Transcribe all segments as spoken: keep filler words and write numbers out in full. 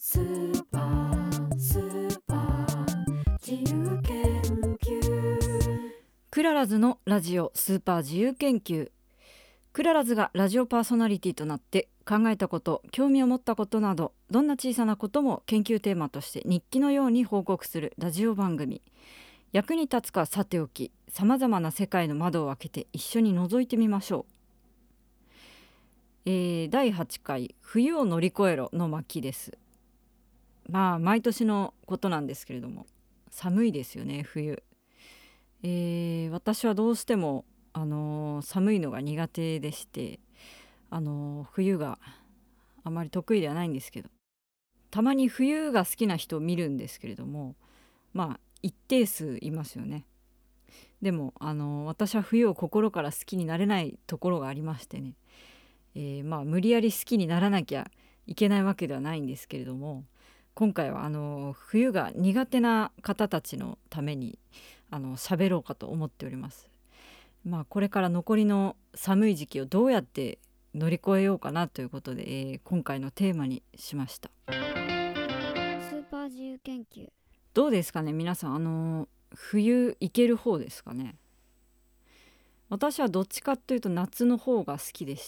スーパースーパー自由研究。クララズのラジオスーパー自由研究。クララズがラジオパーソナリティとなって考えたこと、興味を持ったことなど、どんな小さなことも研究テーマとして日記のように報告するラジオ番組。役に立つかさておき、さまざまな世界の窓を開けて一緒に覗いてみましょう。えー、だいはちかい冬を乗り越えろの巻です。まあ毎年のことなんですけれども、寒いですよね冬。えー、私はどうしても、あのー寒いのが苦手でして、あのー冬があまり得意ではないんですけど、たまに冬が好きな人を見るんですけれども、まあ一定数いますよね。でも、あのー私は冬を心から好きになれないところがありましてね、えーまあ無理やり好きにならなきゃいけないわけではないんですけれども、今回はあの冬が苦手な方たちのためにあの喋ろうかと思っております。まあこれから残りの寒い時期をどうやって乗り越えようかなということで、えー今回のテーマにしました。 スーパー自由研究。 どうですかね皆さん、あの冬行ける方ですかね。私はどっちかというと夏の方が好きでして、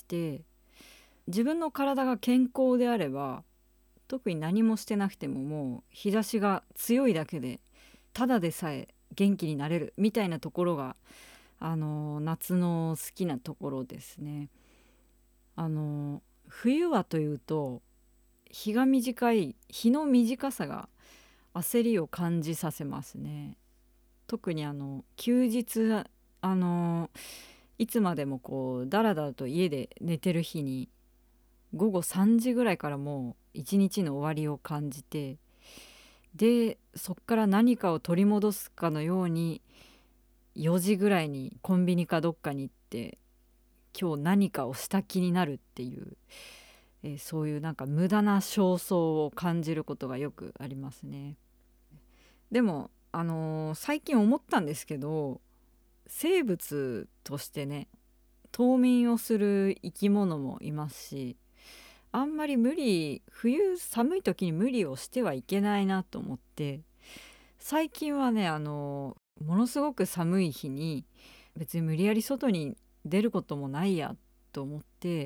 自分の体が健康であれば特に何もしてなくても、もう日差しが強いだけでただでさえ元気になれるみたいなところが、あの夏の好きなところですね。あの冬はというと日が短い日の短さが焦りを感じさせますね。特にあの休日、あのいつまでもこうだらだらと家で寝てる日にごごさんじぐらいからもう一日の終わりを感じて、でそっから何かを取り戻すかのようによじぐらいにコンビニかどっかに行って今日何かをした気になるっていう、えーそういうなんか無駄な焦燥を感じることがよくありますね。でもあのー最近思ったんですけど、生物としてね冬眠をする生き物もいますし、あんまり無理冬寒い時に無理をしてはいけないなと思って、最近はねあのものすごく寒い日に別に無理やり外に出ることもないやと思って、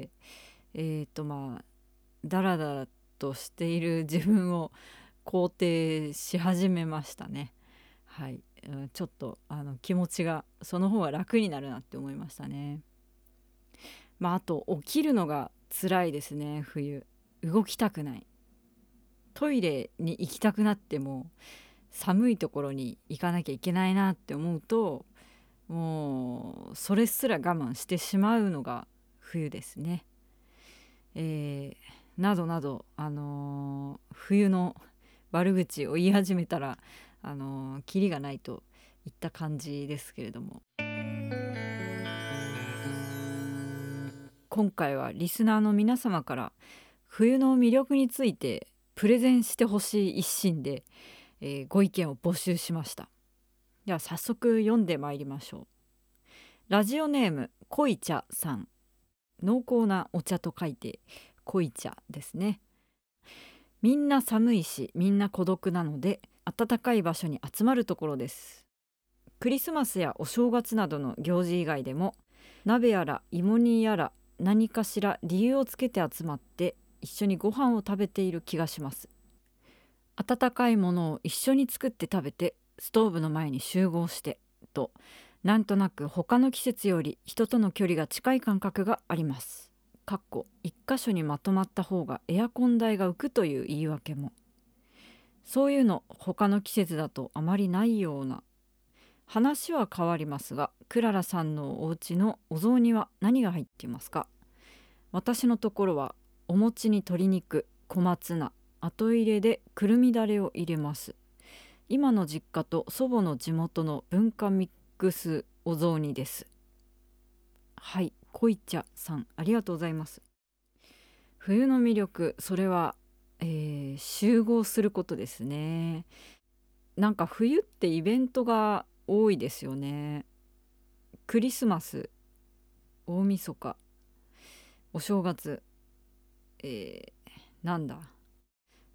えっ、とまあだらだらとしている自分を肯定し始めましたね。はい、うん、ちょっとあの気持ちがその方が楽になるなって思いましたね。まああと起きるのが辛いですね冬。動きたくない、トイレに行きたくなっても寒いところに行かなきゃいけないなって思うと、もうそれすら我慢してしまうのが冬ですね。えーなどなど、あのー冬の悪口を言い始めたら、あのーキリがないといった感じですけれども、今回はリスナーの皆様から冬の魅力についてプレゼンしてほしい一心で、えーご意見を募集しました。では早速読んでまいりましょう。ラジオネーム濃い茶さん。濃厚なお茶と書いて濃い茶ですね。みんな寒いしみんな孤独なので暖かい場所に集まるところです。クリスマスやお正月などの行事以外でも鍋やら芋煮やら何かしら理由をつけて集まって一緒にご飯を食べている気がします。温かいものを一緒に作って食べてストーブの前に集合してと、なんとなく他の季節より人との距離が近い感覚があります。かっこ一箇所にまとまった方がエアコン代が浮くという言い訳も。そういうの他の季節だとあまりないような。話は変わりますが、クララさんのお家のお雑煮は何が入っていますか？私のところはお餅に鶏肉、小松菜、後入れでくるみだれを入れます。今の実家と祖母の地元の文化ミックスお雑煮です。はい、こいちゃさんありがとうございます。冬の魅力、それは、えー集合することですね。なんか冬ってイベントが多いですよね。クリスマス、大晦日、お正月、えーなんだ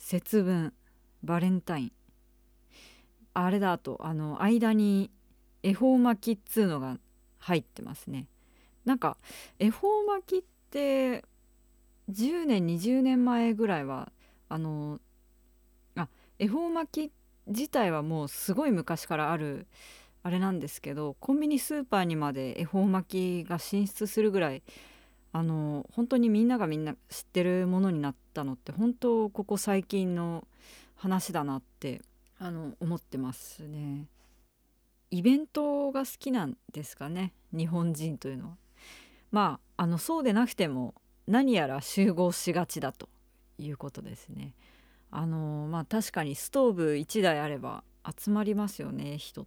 節分、バレンタイン、あれだ、あとあの間に恵方巻きっつうのが入ってますね。なんか恵方巻きってじゅうねんにじゅうねんまえぐらいはあのあ恵方巻き自体はもうすごい昔からあるあれなんですけど、コンビニスーパーにまで恵方巻きが進出するぐらい、あの本当にみんながみんな知ってるものになったのって本当ここ最近の話だなってあの思ってますね。イベントが好きなんですかね、日本人というのは。まああのそうでなくても何やら集合しがちだということですね。あのまあ確かにストーブいちだいあれば集まりますよね、人って。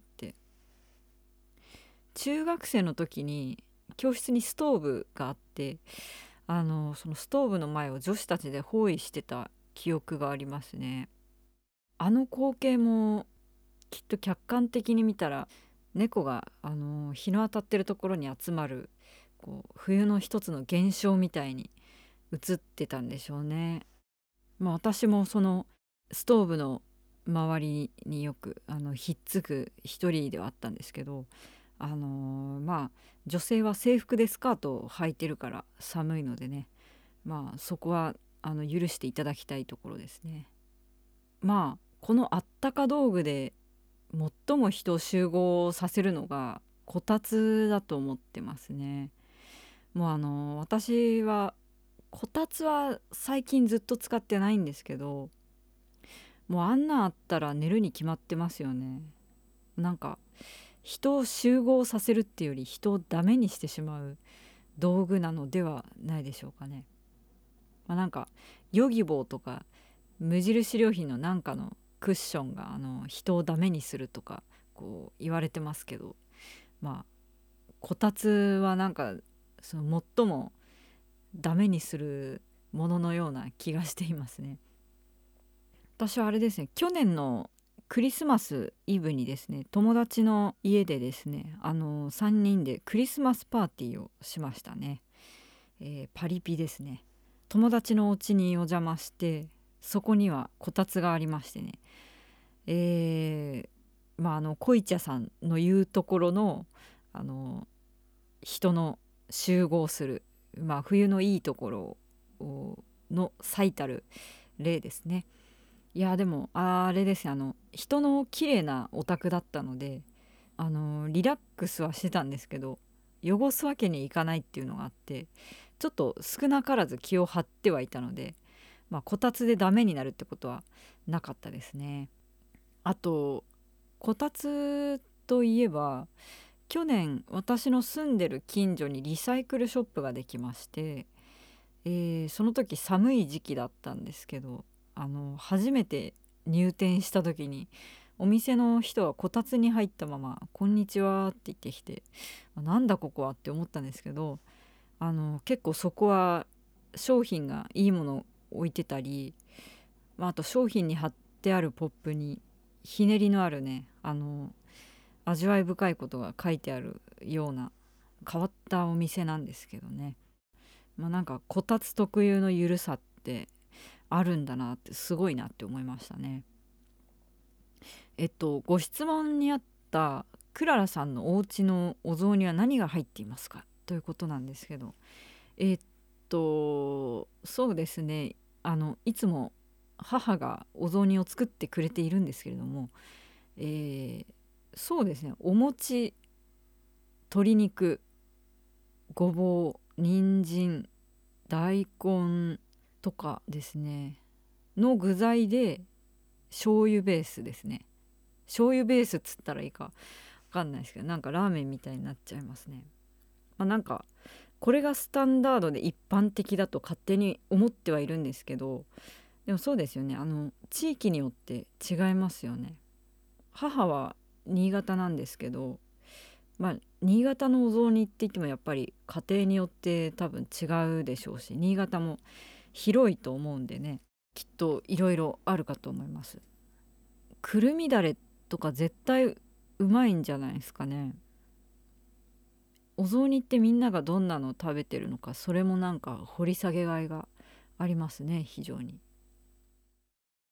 中学生の時に教室にストーブがあって、あのそのストーブの前を女子たちで包囲してた記憶がありますね。あの光景もきっと客観的に見たら猫があの日の当たってるところに集まるこう冬の一つの現象みたいに映ってたんでしょうね。まあ私もそのストーブの周りによくあのひっつく一人ではあったんですけど、あのーまあ女性は制服でスカートを履いてるから寒いのでね、まあそこはあの許していただきたいところですね。まあこのあったか道具で最も人を集合させるのがこたつだと思ってますね。もうあの私はこたつは最近ずっと使ってないんですけど、もうあんなんあったら寝るに決まってますよね。なんか人を集合させるっていうより人をダメにしてしまう道具なのではないでしょうかね。まあ、なんかヨギボーとか無印良品のなんかのクッションがあの人をダメにするとかこう言われてますけど、まあこたつはなんかその最もダメにするもののような気がしていますね。私はあれですね、去年のクリスマスイブにですね、友達の家でですね、あのさんにんでクリスマスパーティーをしましたね。えーパリピですね。友達のお家にお邪魔して、そこにはこたつがありましてね、えーまああの濃茶さんの言うところのあの人の集合する、まあ、冬のいいところの最たる例ですね。いやでもあれですね、あの人の綺麗なお宅だったので、あのリラックスはしてたんですけど汚すわけにいかないっていうのがあって、ちょっと少なからず気を張ってはいたので、まあ、こたつでダメになるってことはなかったですね。あとこたつといえば、去年私の住んでる近所にリサイクルショップができまして、えーその時寒い時期だったんですけど、あの初めて入店した時にお店の人はこたつに入ったまま「こんにちは」って言ってきて、なんだここはって思ったんですけど、あの結構そこは商品がいいものを置いてたり、まあ、あと商品に貼ってあるポップにひねりのあるね、あの味わい深いことが書いてあるような変わったお店なんですけどね。まあ、なんかこたつ特有のゆるさってあるんだなって、すごいなって思いましたね。えっとご質問にあったクララさんのお家のお雑煮は何が入っていますかということなんですけど、えっとそうですね、あのいつも母がお雑煮を作ってくれているんですけれども、えーそうですね、お餅、鶏肉、ごぼう、人参、大根とかですねの具材で醤油ベースですね。醤油ベースっつったらいいかわかんないですけど、なんかラーメンみたいになっちゃいますね。まあ、なんかこれがスタンダードで一般的だと勝手に思ってはいるんですけど、でもそうですよね、あの地域によって違いますよね。母は新潟なんですけど、まあ新潟のお雑煮って言ってもやっぱり家庭によって多分違うでしょうし、新潟も広いと思うんでね、きっといろいろあるかと思います。くるみだれとか絶対うまいんじゃないですかね。お雑煮ってみんながどんなのを食べてるのか、それもなんか掘り下げがいがありますね、非常に。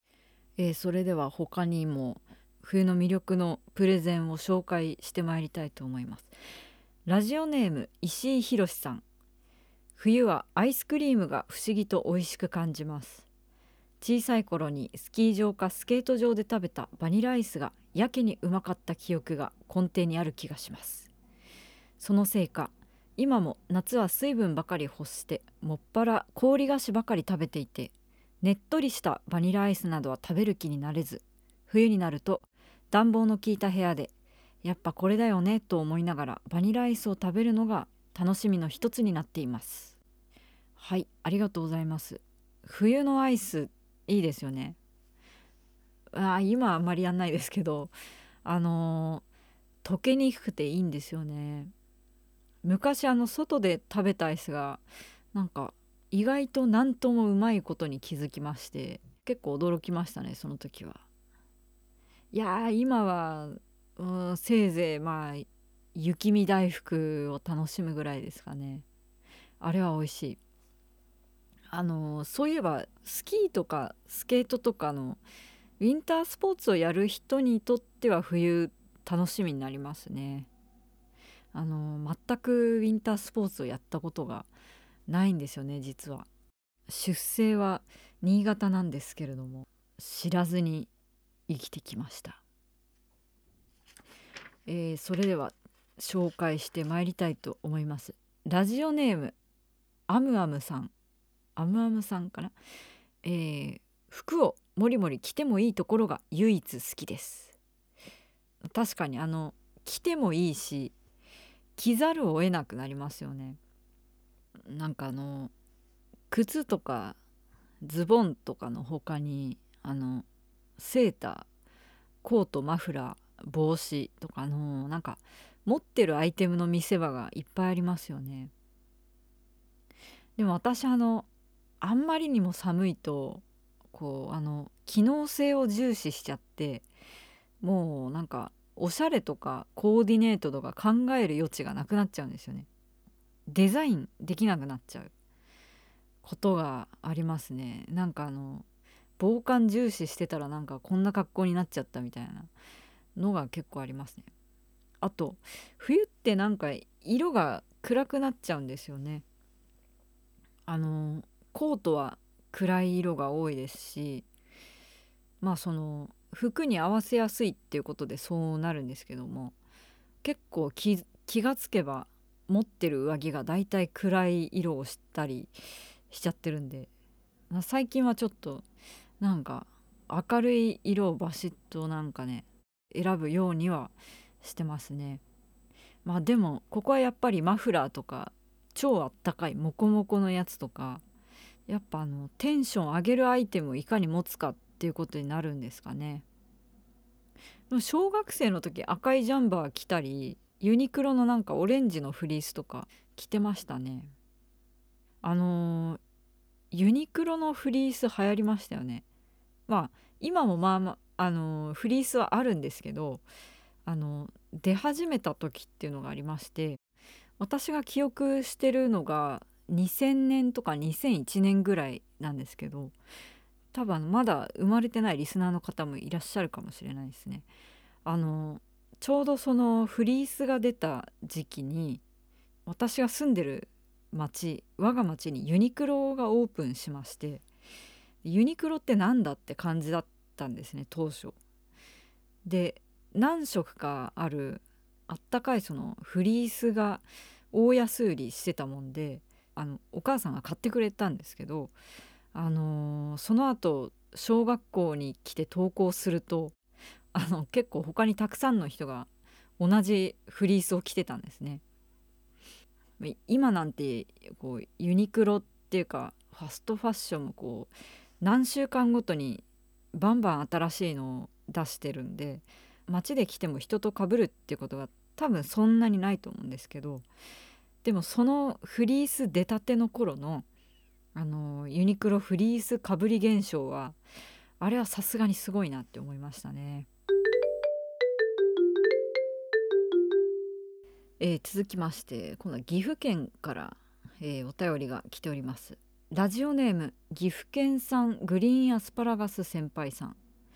えーそれでは他にも冬の魅力のプレゼンを紹介してまいりたいと思います。ラジオネーム石井博さん。冬はアイスクリームが不思議と美味しく感じます。小さい頃にスキー場かスケート場で食べたバニラアイスがやけにうまかった記憶が根底にある気がします。そのせいか今も夏は水分ばかり欲してもっぱら氷菓子ばかり食べていて、ねっとりしたバニラアイスなどは食べる気になれず、冬になると暖房の効いた部屋でやっぱこれだよねと思いながらバニラアイスを食べるのが楽しみの一つになっています。はい、ありがとうございます。冬のアイスいいですよね。あー今はあんまりやんないですけど、あのー溶けにくくていいんですよね。昔あの外で食べたアイスがなんか意外と何ともうまいことに気づきまして、結構驚きましたねその時は。いやー今は、うん、せいぜいまあ雪見大福を楽しむぐらいですかね。あれは美味しい。あのそういえばスキーとかスケートとかのウィンタースポーツをやる人にとっては冬楽しみになりますね。あの全くウィンタースポーツをやったことがないんですよね実は。出生は新潟なんですけれども、知らずに生きてきました。えーそれでは紹介してまいりたいと思います。ラジオネームアムアムさん。アムアムさんかな。えー服をもりもり着てもいいところが唯一好きです。確かにあの着てもいいし着ざるを得なくなりますよね。なんかあの靴とかズボンとかの他にあのセーター、コート、マフラー、帽子とかのなんか持ってるアイテムの見せ場がいっぱいありますよね。でも私あのあんまりにも寒いとこうあの機能性を重視しちゃって、もうなんかおしゃれとかコーディネートとか考える余地がなくなっちゃうんですよね。デザインできなくなっちゃうことがありますね。なんかあの防寒重視してたらなんかこんな格好になっちゃったみたいなのが結構ありますね。あと冬ってなんか色が暗くなっちゃうんですよね。あのコートは暗い色が多いですし、まあその服に合わせやすいっていうことでそうなるんですけども、結構気、気がつけば持ってる上着がだいたい暗い色をしたりしちゃってるんで、まあ最近はちょっとなんか明るい色をバシッとなんかね選ぶようにはしてますね。まあでもここはやっぱりマフラーとか超あったかいモコモコのやつとか、やっぱあのテンション上げるアイテムをいかに持つかっていうことになるんですかね。でも小学生の時赤いジャンバー着たりユニクロのなんかオレンジのフリースとか着てましたね。あのーユニクロのフリース流行りましたよね。まあ今もまあまあ、あのーフリースはあるんですけど、あのー出始めた時っていうのがありまして、私が記憶してるのがにせんねんとかにせんいちねんぐらいなんですけど、多分まだ生まれてないリスナーの方もいらっしゃるかもしれないですね。あのちょうどそのフリースが出た時期に私が住んでる町我が町にユニクロがオープンしまして、ユニクロってなんだって感じだったんですね当初。で何色かあるあったかいそのフリースが大安売りしてたもんで、あのお母さんが買ってくれたんですけど、あのーその後小学校に来て登校すると、あの結構他にたくさんの人が同じフリースを着てたんですね。今なんてこうユニクロっていうかファストファッションもこう何週間ごとにバンバン新しいのを出してるんで、街で着ても人と被るっていうことが多分そんなにないと思うんですけど、でもそのフリース出たての頃のあのユニクロフリースかぶり現象は、あれはさすがにすごいなって思いましたね。えー続きまして今度は岐阜県から、えーお便りが来ております。ラジオネーム岐阜県産グリーンアスパラガス先輩さん。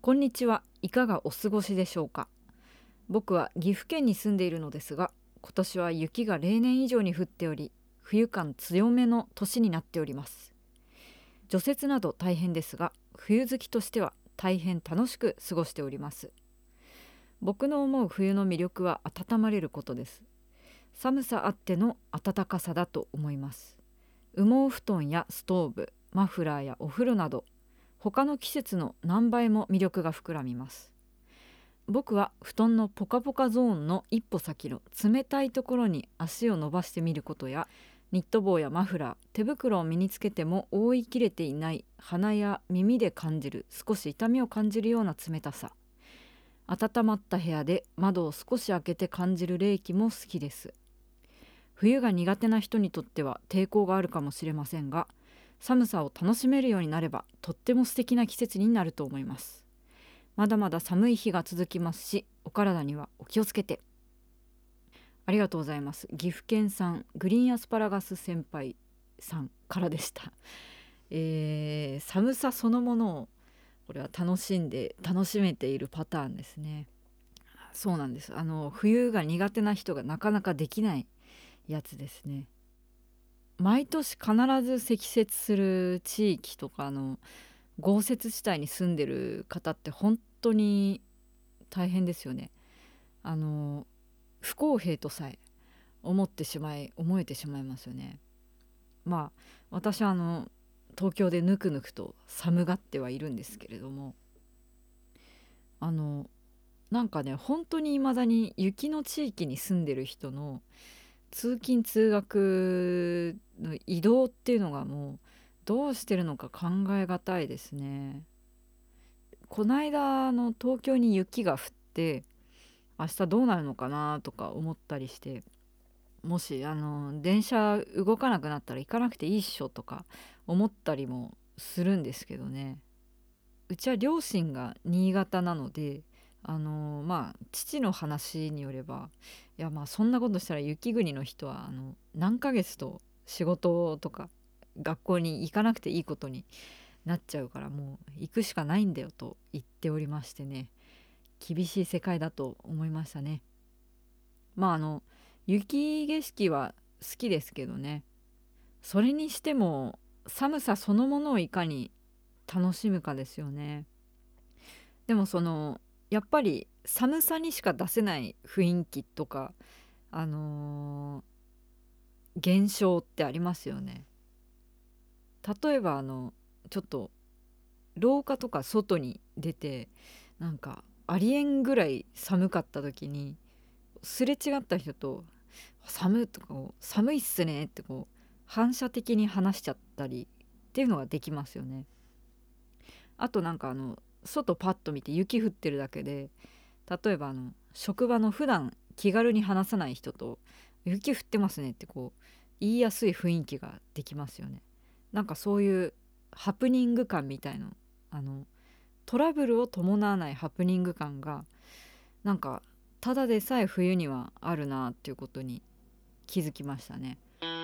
こんにちは。いかがお過ごしでしょうか。僕は岐阜県に住んでいるのですが、今年は雪が例年以上に降っており、冬感強めの年になっております。除雪など大変ですが、冬好きとしては大変楽しく過ごしております。僕の思う冬の魅力は温まれることです。寒さあっての暖かさだと思います。羽毛布団やストーブ、マフラーやお風呂など、他の季節の何倍も魅力が膨らみます。僕は布団のポカポカゾーンの一歩先の冷たいところに足を伸ばしてみることや、ニット帽やマフラー、手袋を身につけても覆いきれていない鼻や耳で感じる少し痛みを感じるような冷たさ、温まった部屋で窓を少し開けて感じる冷気も好きです。冬が苦手な人にとっては抵抗があるかもしれませんが、寒さを楽しめるようになればとっても素敵な季節になると思います。まだまだ寒い日が続きますし、お体にはお気をつけて。ありがとうございます。岐阜県産グリーンアスパラガス先輩さんからでした。えー、寒さそのものをこれは楽しんで楽しめているパターンですね。そうなんです。あの冬が苦手な人がなかなかできないやつですね。毎年必ず積雪する地域とかの豪雪地帯に住んでる方って本当に大変ですよね。あの不公平とさえ思ってしまい思えてしまいますよね。まあ私はあの東京でぬくぬくと寒がってはいるんですけれども、あのなんかね本当に未だに雪の地域に住んでる人の通勤通学の移動っていうのがもうどうしてるのか考えがたいですね。こないだの東京に雪が降って明日どうなるのかなとか思ったりして、もしあの電車動かなくなったら行かなくていいっしょとか思ったりもするんですけどね。うちは両親が新潟なので、あのまあ父の話によれば、いやまあそんなことしたら雪国の人はあの何ヶ月と仕事とか学校に行かなくていいことになっちゃうから、もう行くしかないんだよと言っておりましてね、厳しい世界だと思いましたね。まああの雪景色は好きですけどね、それにしても寒さそのものをいかに楽しむかですよね。でもそのやっぱり寒さにしか出せない雰囲気とか、あのー現象ってありますよね。例えばあのちょっと廊下とか外に出て、なんかありえんぐらい寒かった時にすれ違った人と寒いとかこう寒いっすねってこう反射的に話しちゃったりっていうのができますよね。あとなんかあの外パッと見て雪降ってるだけで、例えばあの職場の普段気軽に話さない人と雪降ってますねってこう言いやすい雰囲気ができますよね。なんかそういうハプニング感みたいな、あのトラブルを伴わないハプニング感がなんかただでさえ冬にはあるなっていうことに気づきましたね。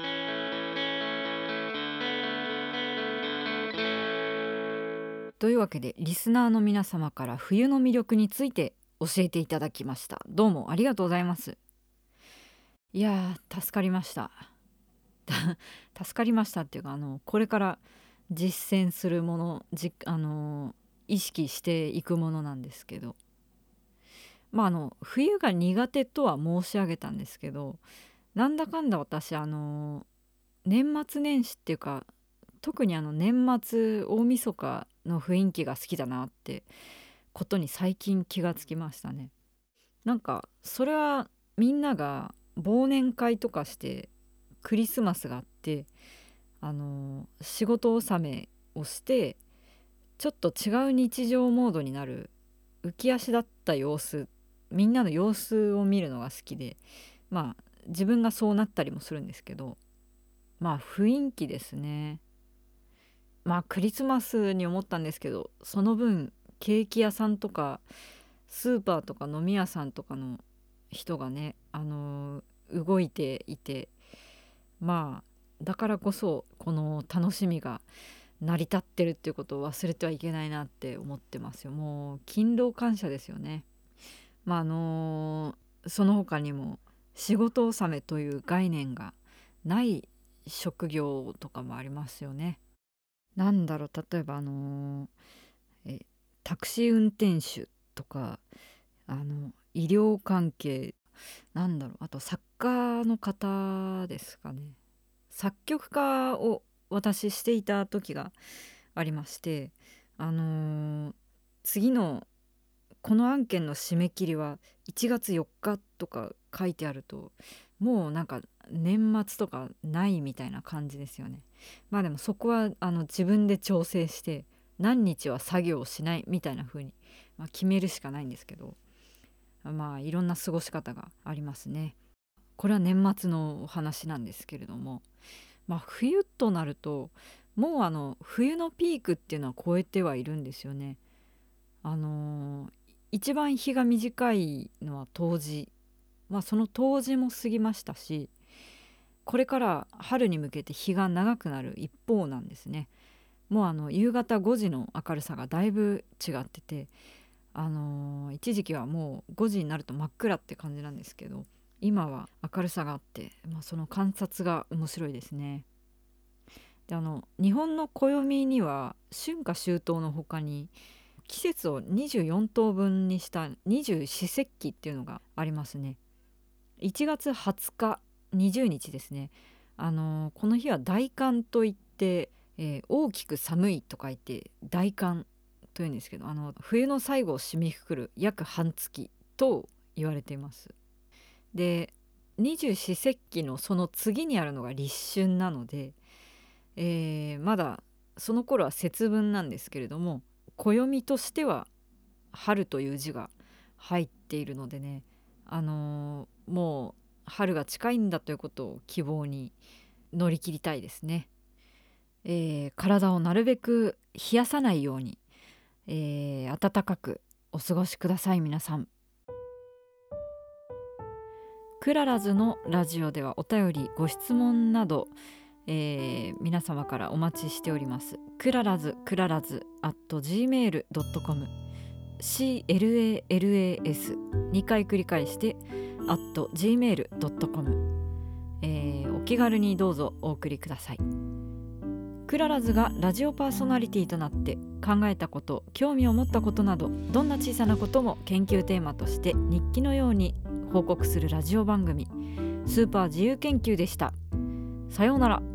というわけでリスナーの皆様から冬の魅力について教えていただきました。どうもありがとうございます。いやー助かりました助かりましたっていうか、あのこれから実践するもの、じあの意識していくものなんですけど、まああの冬が苦手とは申し上げたんですけど、なんだかんだ私あの年末年始っていうか、特にあの年末大晦日の雰囲気が好きだなってことに最近気がつきましたね。なんかそれはみんなが忘年会とかしてクリスマスがあって、あの仕事納めをしてちょっと違う日常モードになる浮き足立った様子、みんなの様子を見るのが好きで、まあ自分がそうなったりもするんですけど、まあ雰囲気ですね。まあクリスマスに思ったんですけど、その分ケーキ屋さんとかスーパーとか飲み屋さんとかの人がね、あのー動いていて、まあだからこそこの楽しみが成り立ってるっていうことを忘れてはいけないなって思ってますよ。もう勤労感謝ですよね。まああのその他にも仕事納めという概念がない職業とかもありますよね。なんだろう、例えばあのえタクシー運転手とか、あの医療関係、なんだろう、あと作家の方ですかね。作曲家を私していた時がありまして、あのー次のこの案件の締め切りはいちがつよっかとか書いてあると、もうなんか年末とかないみたいな感じですよね。まあでもそこはあの自分で調整して何日は作業をしないみたいな風に、まあ、決めるしかないんですけど、まあいろんな過ごし方がありますね。これは年末のお話なんですけれども、まあ冬となるともうあの冬のピークっていうのは超えてはいるんですよね。あのー一番日が短いのは冬至、まあその冬至も過ぎましたし、これから春に向けて日が長くなる一方なんですね。もうあの夕方ごじの明るさがだいぶ違ってて、あのー一時期はもうごじになると真っ暗って感じなんですけど、今は明るさがあって、まあ、その観察が面白いですね。であの日本の暦には春夏秋冬の他に季節をにじゅうよん等分にした二十四節気っていうのがありますね。いちがつはつかにじゅうにちですね。あのこの日は大寒といって、えー大きく寒いと書いて大寒というんですけど、あの冬の最後を締めくくる約半月と言われています。で二十四節気のその次にあるのが立春なので、えーまだその頃は節分なんですけれども、暦としては春という字が入っているのでね、あのーもう春が近いんだということを希望に乗り切りたいですね。えー体をなるべく冷やさないように、えー暖かくお過ごしください皆さん。クララズのラジオではお便りご質問など、えー皆様からお待ちしております。クララズクララズ アットジーメールドットコム シーエルエーエルエーエス にかい繰り返して アットジーメールドットコム、えーお気軽にどうぞお送りください。クララズがラジオパーソナリティとなって考えたこと、興味を持ったことなど、どんな小さなことも研究テーマとして日記のように報告するラジオ番組、スーパー自由研究でした。さようなら。